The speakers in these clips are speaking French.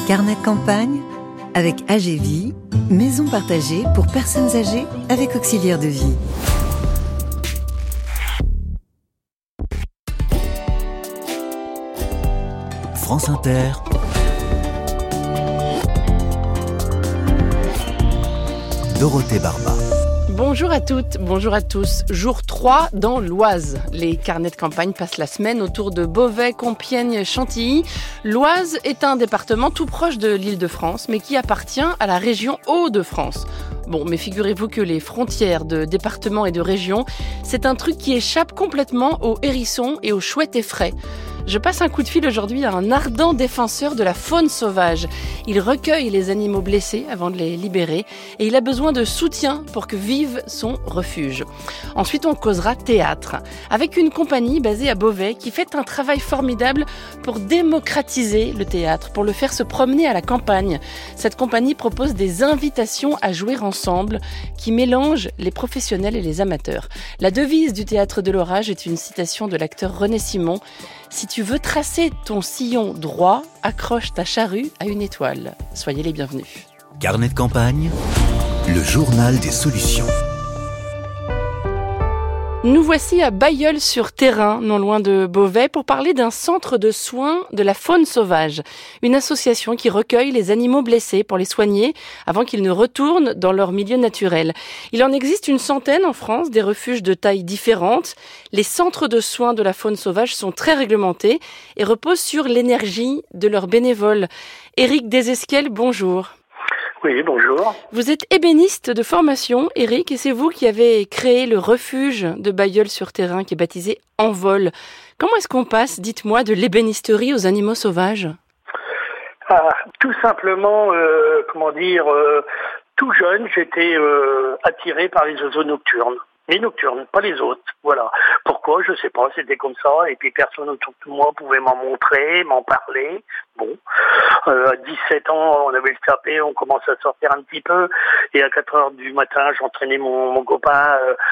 Carnet de campagne avec AGV, maison partagée pour personnes âgées avec auxiliaire de vie. France Inter. Dorothée Barba. Bonjour à toutes, bonjour à tous. Jour 3 dans l'Oise. Les carnets de campagne passent la semaine autour de Beauvais, Compiègne, Chantilly. L'Oise est un département tout proche de l'Île-de-France, mais qui appartient à la région Hauts-de-France. Bon, mais figurez-vous que les frontières de départements et de régions, c'est un truc qui échappe complètement aux hérissons et aux chouettes effraies. Je passe un coup de fil aujourd'hui à un ardent défenseur de la faune sauvage. Il recueille les animaux blessés avant de les libérer et il a besoin de soutien pour que vive son refuge. Ensuite, on causera théâtre avec une compagnie basée à Beauvais qui fait un travail formidable pour démocratiser le théâtre, pour le faire se promener à la campagne. Cette compagnie propose des invitations à jouer ensemble qui mélangent les professionnels et les amateurs. La devise du Théâtre de l'Orage est une citation de l'acteur René Simon. Si tu veux tracer ton sillon droit, accroche ta charrue à une étoile. Soyez les bienvenus. Carnet de campagne, le journal des solutions. Nous voici à Bailleul-sur-Thérain, non loin de Beauvais, pour parler d'un centre de soins de la faune sauvage. Une association qui recueille les animaux blessés pour les soigner avant qu'ils ne retournent dans leur milieu naturel. Il en existe une centaine en France, des refuges de tailles différentes. Les centres de soins de la faune sauvage sont très réglementés et reposent sur l'énergie de leurs bénévoles. Éric Desesquelles, bonjour. Oui, bonjour. Vous êtes ébéniste de formation, Éric, et c'est vous qui avez créé le refuge de Bailleul-sur-Thérain qui est baptisé Envol. Comment est-ce qu'on passe, dites-moi, de l'ébénisterie aux animaux sauvages ? Tout simplement, tout jeune, j'étais attiré par les oiseaux nocturnes. Les nocturnes, pas les autres, voilà. Pourquoi, je sais pas, c'était comme ça, et puis personne autour de moi pouvait m'en montrer, m'en parler. Bon, à 17 ans, on avait le sapé, on commençait à sortir un petit peu, et à 4 heures du matin, j'entraînais mon copain,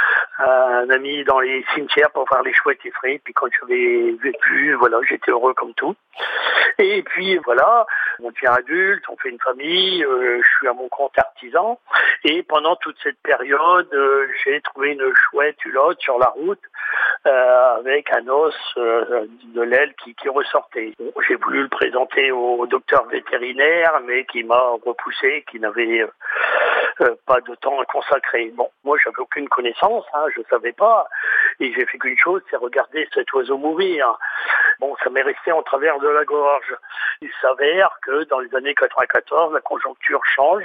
un ami dans les cimetières pour voir les chouettes effraies, puis quand je l'ai vu, voilà, j'étais heureux comme tout. Et puis voilà, on devient adulte, on fait une famille, je suis à mon compte artisan, et pendant toute cette période, j'ai trouvé une chouette hulotte sur la route avec un os de l'aile qui ressortait. Bon, j'ai voulu le présenter au docteur vétérinaire, mais qui m'a repoussé, qui n'avait pas de temps à consacrer. Bon, moi j'avais aucune connaissance, je savais pas, et j'ai fait qu'une chose, c'est regarder cet oiseau mourir. Bon, ça m'est resté en travers de la gorge. Il s'avère que dans les années 94, la conjoncture change.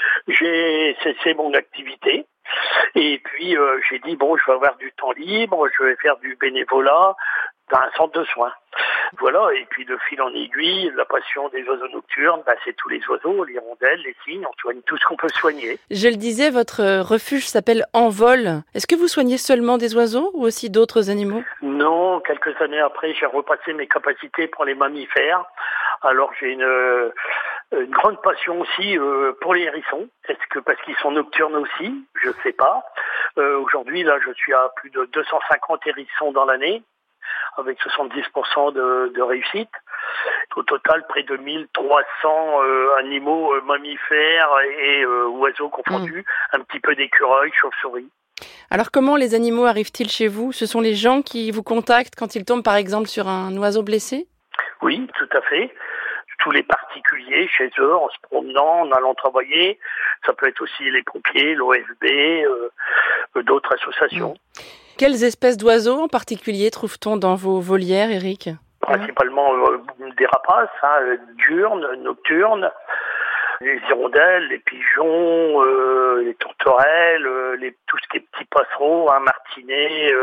J'ai cessé mon activité. Et puis, j'ai dit, bon, je vais avoir du temps libre, je vais faire du bénévolat dans un centre de soins. Voilà, et puis de fil en aiguille, la passion des oiseaux nocturnes, c'est tous les oiseaux, les hirondelles, les cygnes, on soigne tout ce qu'on peut soigner. Je le disais, votre refuge s'appelle Envol. Est-ce que vous soignez seulement des oiseaux ou aussi d'autres animaux ? Non, quelques années après, j'ai repassé mes capacités pour les mammifères. Alors j'ai une grande passion aussi pour les hérissons. Est-ce que parce qu'ils sont nocturnes aussi ? Je ne sais pas. Aujourd'hui, là, je suis à plus de 250 hérissons dans l'année, avec 70% de réussite. Au total, près de 1300 animaux mammifères et oiseaux confondus, un petit peu d'écureuils, chauves-souris. Alors comment les animaux arrivent-ils chez vous ? Ce sont les gens qui vous contactent quand ils tombent par exemple sur un oiseau blessé ? Oui, tout à fait. Tous les particuliers chez eux, en se promenant, en allant travailler. Ça peut être aussi les pompiers, l'OFB, d'autres associations. Quelles espèces d'oiseaux en particulier trouve-t-on dans vos volières, Éric ? Principalement des rapaces, diurnes, nocturnes, les hirondelles, les pigeons, les tourterelles, tout ce qui est petits passereaux, martinets,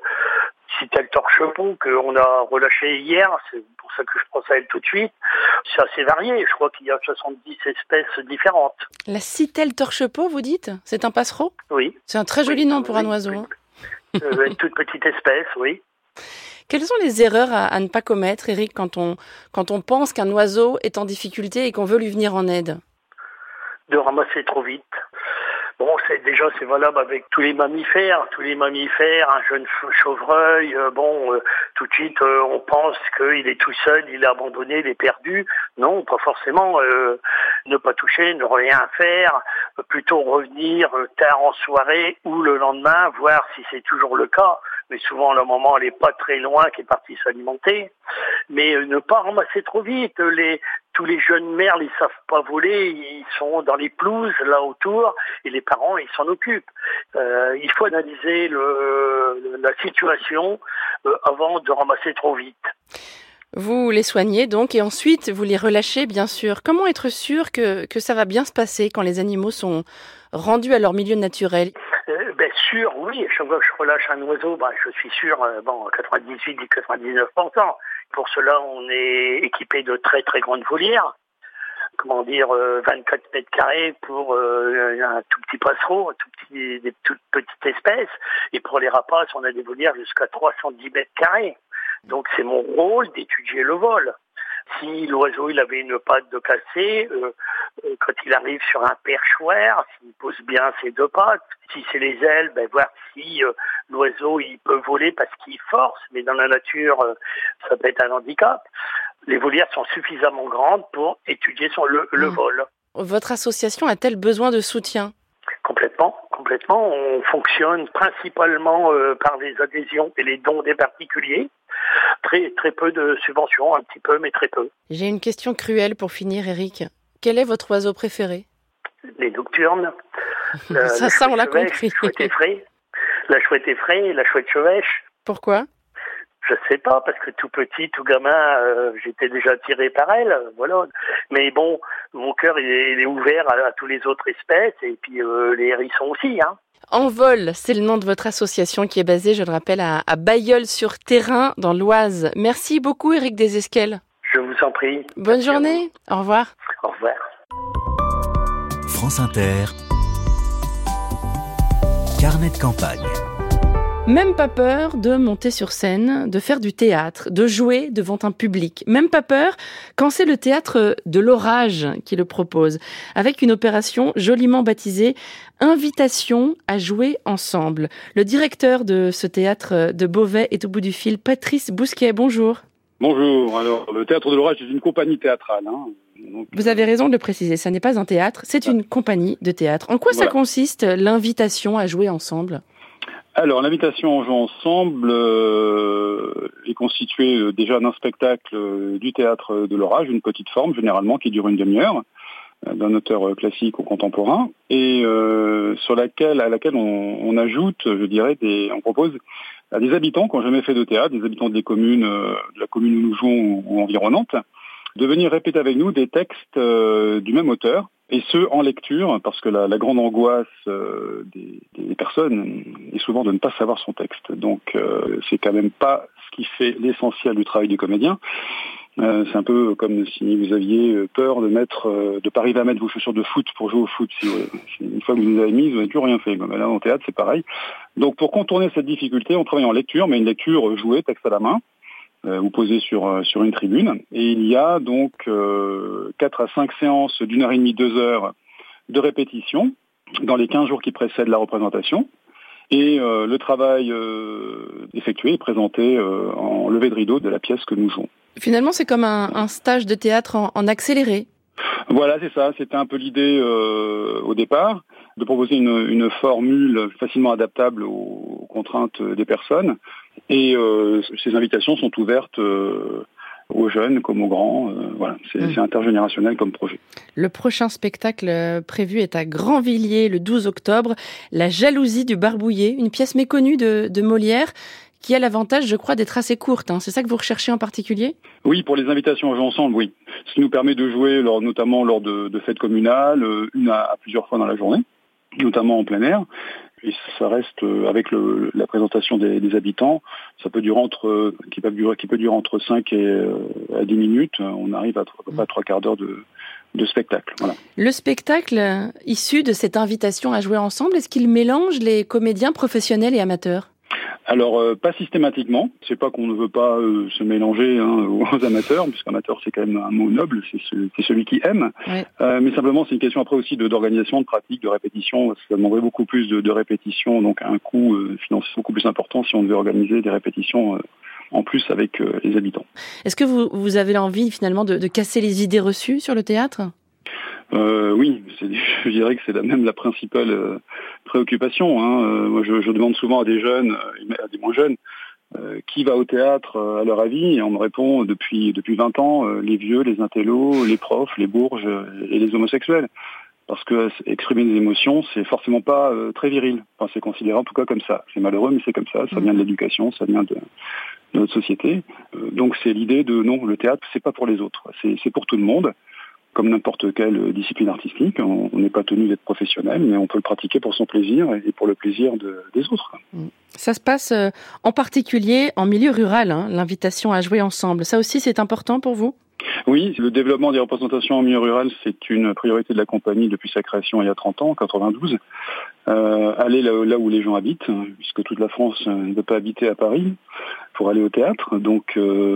citel torchepont qu'on a relâché hier, c'est pour ça que je pense à elle tout de suite. C'est assez varié, je crois qu'il y a 70 espèces différentes. La citel torchepont, vous dites ? C'est un passereau ? Oui. C'est un très joli nom pour un oiseau. Une toute petite espèce, oui. Quelles sont les erreurs à ne pas commettre, Éric, quand on pense qu'un oiseau est en difficulté et qu'on veut lui venir en aide ? De ramasser trop vite. Bon, c'est valable avec tous les mammifères, un jeune chevreuil, tout de suite on pense qu'il est tout seul, il est abandonné, il est perdu. Non, pas forcément. Ne pas toucher, ne rien faire, plutôt revenir tard en soirée ou le lendemain, voir si c'est toujours le cas. Mais souvent, le moment, elle n'est pas très loin, qui est partie s'alimenter. Mais ne pas ramasser trop vite. Tous les jeunes merles, ils savent pas voler, ils sont dans les pelouses, là autour, et les parents, ils s'en occupent. Il faut analyser la situation avant de ramasser trop vite. Vous les soignez donc, et ensuite vous les relâchez, bien sûr. Comment être sûr que ça va bien se passer quand les animaux sont rendus à leur milieu naturel ? Sûr, oui. Chaque fois que je relâche un oiseau, je suis sûr, 98-99%. Pour cela, on est équipé de très très grandes volières. 24 mètres carrés pour un tout petit passereau, des toutes petites espèces. Et pour les rapaces, on a des volières jusqu'à 310 mètres carrés. Donc c'est mon rôle d'étudier le vol. Si l'oiseau il avait une patte de cassée, quand il arrive sur un perchoir, s'il pose bien ses deux pattes, si c'est les ailes, voir si l'oiseau il peut voler parce qu'il force, mais dans la nature ça peut être un handicap. Les volières sont suffisamment grandes pour étudier le vol. Votre association a-t-elle besoin de soutien ? Complètement. On fonctionne principalement par les adhésions et les dons des particuliers. Très, très peu de subventions, un petit peu, mais très peu. J'ai une question cruelle pour finir, Eric. Quel est votre oiseau préféré ? Les nocturnes. Ça, on l'a compris. La chouette effraie et la chouette chevêche. Pourquoi ? Je sais pas, parce que tout petit, tout gamin, j'étais déjà attiré par elle, voilà. Mais bon, mon cœur il est ouvert à toutes les autres espèces, et puis les hérissons aussi, hein. Envol, c'est le nom de votre association qui est basée, je le rappelle, à Bailleul-sur-Thérain, dans l'Oise. Merci beaucoup, Éric Desesquelles. Je vous en prie. Bonne journée. Au revoir. Au revoir. France Inter, carnet de campagne. Même pas peur de monter sur scène, de faire du théâtre, de jouer devant un public. Même pas peur quand c'est le théâtre de l'orage qui le propose, avec une opération joliment baptisée « Invitation à jouer ensemble ». Le directeur de ce théâtre de Beauvais est au bout du fil, Patrice Bousquet. Bonjour. Bonjour. Alors, le théâtre de l'orage est une compagnie théâtrale. Donc, vous avez raison de le préciser, ça n'est pas un théâtre, c'est une compagnie de théâtre. En quoi ça consiste, l'invitation à jouer ensemble ? Alors, l'invitation à jouer ensemble est constituée déjà d'un spectacle du théâtre de l'orage, une petite forme généralement qui dure une demi-heure, d'un auteur classique ou contemporain, et à laquelle on ajoute, je dirais, on propose à des habitants qui n'ont jamais fait de théâtre, des habitants des communes, de la commune où nous jouons ou environnantes, de venir répéter avec nous des textes du même auteur. Et ce, en lecture, parce que la grande angoisse des personnes est souvent de ne pas savoir son texte. Donc, c'est quand même pas ce qui fait l'essentiel du travail du comédien. C'est un peu comme si vous aviez peur de pas arriver à mettre vos chaussures de foot pour jouer au foot. Une fois que vous les avez mises, vous n'avez plus rien fait. Mais là, en théâtre, c'est pareil. Donc, pour contourner cette difficulté, on travaille en lecture, mais une lecture jouée, texte à la main, ou posée sur une tribune. Et il y a donc 4 à 5 séances d'une heure et demie, 2 heures de répétition dans les 15 jours qui précèdent la représentation. Et le travail effectué est présenté en levée de rideau de la pièce que nous jouons. Finalement, c'est comme un stage de théâtre en accéléré. Voilà, c'est ça. C'était un peu l'idée au départ, de proposer une formule facilement adaptable aux contraintes des personnes. Et ces invitations sont ouvertes aux jeunes comme aux grands. C'est intergénérationnel comme projet. Le prochain spectacle prévu est à Grandvilliers le 12 octobre. La jalousie du barbouillé, une pièce méconnue de Molière, qui a l'avantage, je crois, d'être assez courte. C'est ça que vous recherchez en particulier ? Oui, pour les invitations à jouer ensemble, oui. Ce qui nous permet de jouer notamment lors de fêtes communales, une à plusieurs fois dans la journée, notamment en plein air. Et ça reste avec la présentation des habitants, ça peut durer qui peut durer entre 5 à 10 minutes. On arrive à 3 quarts d'heure de spectacle. Voilà. Le spectacle issu de cette invitation à jouer ensemble, est-ce qu'il mélange les comédiens professionnels et amateurs ? Alors, pas systématiquement. C'est pas qu'on ne veut pas se mélanger aux amateurs, puisqu'amateur c'est quand même un mot noble, c'est celui qui aime. Oui. Mais simplement, c'est une question après aussi d'organisation, de pratique, de répétition. Ça demanderait beaucoup plus de répétitions, donc un coût financier beaucoup plus important si on devait organiser des répétitions en plus avec les habitants. Est-ce que vous avez l'envie finalement de casser les idées reçues sur le théâtre ? Oui, je dirais que c'est même la principale préoccupation. Moi, je demande souvent à des jeunes, à des moins jeunes, qui va au théâtre à leur avis, et on me répond depuis 20 ans, les vieux, les intellos, les profs, les bourges et les homosexuels. Parce que exprimer des émotions, c'est forcément pas très viril. Enfin, c'est considéré en tout cas comme ça. C'est malheureux, mais c'est comme ça. Ça vient de l'éducation, ça vient de notre société. Donc c'est l'idée de non, le théâtre, c'est pas pour les autres. C'est pour tout le monde. Comme n'importe quelle discipline artistique, on n'est pas tenu d'être professionnel, mais on peut le pratiquer pour son plaisir et pour le plaisir des autres. Ça se passe en particulier en milieu rural, l'invitation à jouer ensemble. Ça aussi, c'est important pour vous ? Oui, le développement des représentations en milieu rural, c'est une priorité de la compagnie depuis sa création il y a 30 ans, en 92. Aller là où les gens habitent, puisque toute la France ne peut pas habiter à Paris pour aller au théâtre. Donc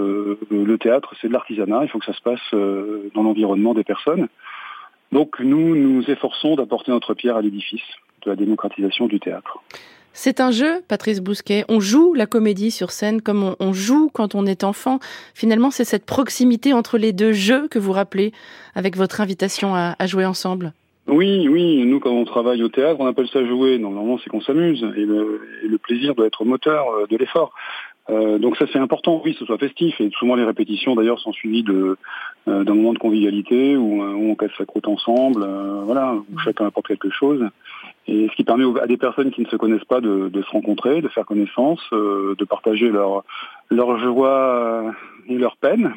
le théâtre, c'est de l'artisanat, il faut que ça se passe dans l'environnement des personnes. Donc nous efforçons d'apporter notre pierre à l'édifice de la démocratisation du théâtre. C'est un jeu, Patrice Bousquet. On joue la comédie sur scène comme on joue quand on est enfant. Finalement, c'est cette proximité entre les deux jeux que vous rappelez avec votre invitation à jouer ensemble. Oui, nous quand on travaille au théâtre, on appelle ça jouer. Normalement, c'est qu'on s'amuse et le plaisir doit être moteur de l'effort. Donc ça c'est important, oui, que ce soit festif, et souvent les répétitions d'ailleurs sont suivies d'un moment de convivialité où on casse la croûte ensemble, où chacun apporte quelque chose, et ce qui permet à des personnes qui ne se connaissent pas de se rencontrer, de faire connaissance, de partager leur joie et leur peine,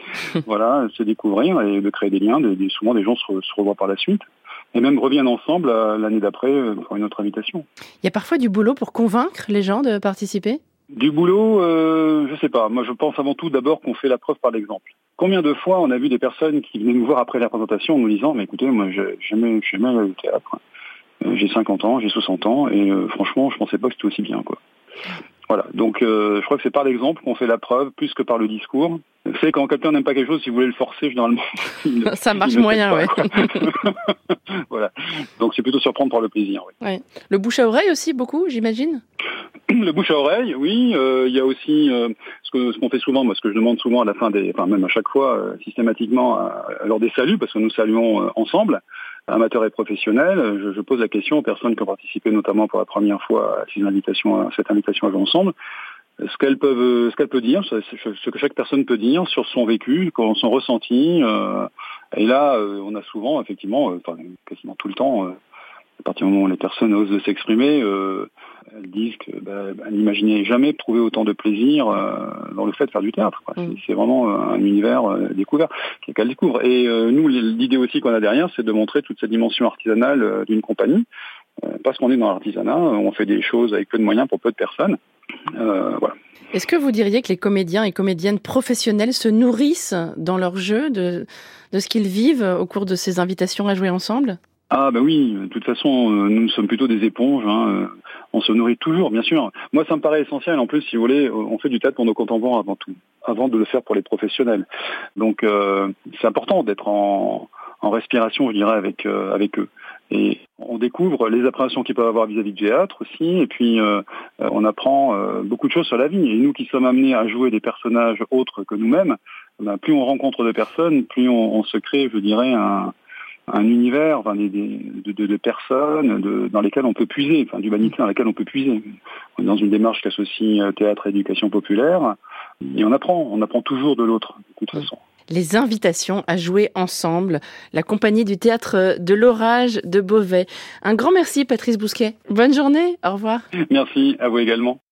se découvrir et de créer des liens. Souvent des gens se revoient par la suite. Et même reviennent ensemble l'année d'après pour une autre invitation. Il y a parfois du boulot pour convaincre les gens de participer ? Du boulot, je sais pas. Moi, je pense avant tout d'abord qu'on fait la preuve par l'exemple. Combien de fois on a vu des personnes qui venaient nous voir après la présentation en nous disant « Mais écoutez, moi, je suis jamais allé au théâtre. J'ai 50 ans, j'ai 60 ans, et franchement, je pensais pas que c'était aussi bien, quoi. » Voilà. Donc, je crois que c'est par l'exemple qu'on fait la preuve, plus que par le discours. C'est quand quelqu'un n'aime pas quelque chose, si vous voulez le forcer, généralement. Ça marche moyen, ouais. Voilà. Donc, c'est plutôt surprendre par le plaisir, oui. Ouais. Le bouche à oreille aussi, beaucoup, j'imagine ? Le bouche à oreille, oui. Il y a aussi ce qu'on fait souvent, moi, ce que je demande souvent à la fin même à chaque fois, systématiquement, lors des saluts, parce que nous saluons ensemble, amateurs et professionnels. Je pose la question aux personnes qui ont participé, notamment pour la première fois à cette invitation à jouer ensemble, ce qu'elle peut dire, ce que chaque personne peut dire sur son vécu, son ressenti. Et là, on a souvent, effectivement, quasiment tout le temps, à partir du moment où les personnes osent s'exprimer, elles disent qu'elles n'imaginaient jamais trouver autant de plaisir dans le fait de faire du théâtre, quoi. C'est vraiment un univers découvert qu'elles découvrent. Et nous, l'idée aussi qu'on a derrière, c'est de montrer toute cette dimension artisanale d'une compagnie. Parce qu'on est dans l'artisanat, on fait des choses avec peu de moyens pour peu de personnes. Voilà. Est-ce que vous diriez que les comédiens et comédiennes professionnels se nourrissent dans leur jeu de ce qu'ils vivent au cours de ces invitations à jouer ensemble ? Ah bah oui, de toute façon, nous sommes plutôt des éponges. On se nourrit toujours, bien sûr. Moi, ça me paraît essentiel. En plus, si vous voulez, on fait du théâtre pour nos contemporains avant tout, avant de le faire pour les professionnels. Donc, c'est important d'être en respiration, je dirais, avec eux. Et on découvre les appréhensions qu'ils peuvent avoir vis-à-vis du théâtre aussi, et puis on apprend beaucoup de choses sur la vie. Et nous qui sommes amenés à jouer des personnages autres que nous-mêmes, plus on rencontre de personnes, plus on se crée, je dirais, un univers de personnes dans lesquelles on peut puiser, d'humanité dans laquelle on peut puiser. On est dans une démarche qui associe théâtre et éducation populaire, et on apprend toujours de l'autre, de toute façon. Les invitations à jouer ensemble, la compagnie du théâtre de l'Orage de Beauvais. Un grand merci Patrice Bousquet. Bonne journée, au revoir. Merci, à vous également.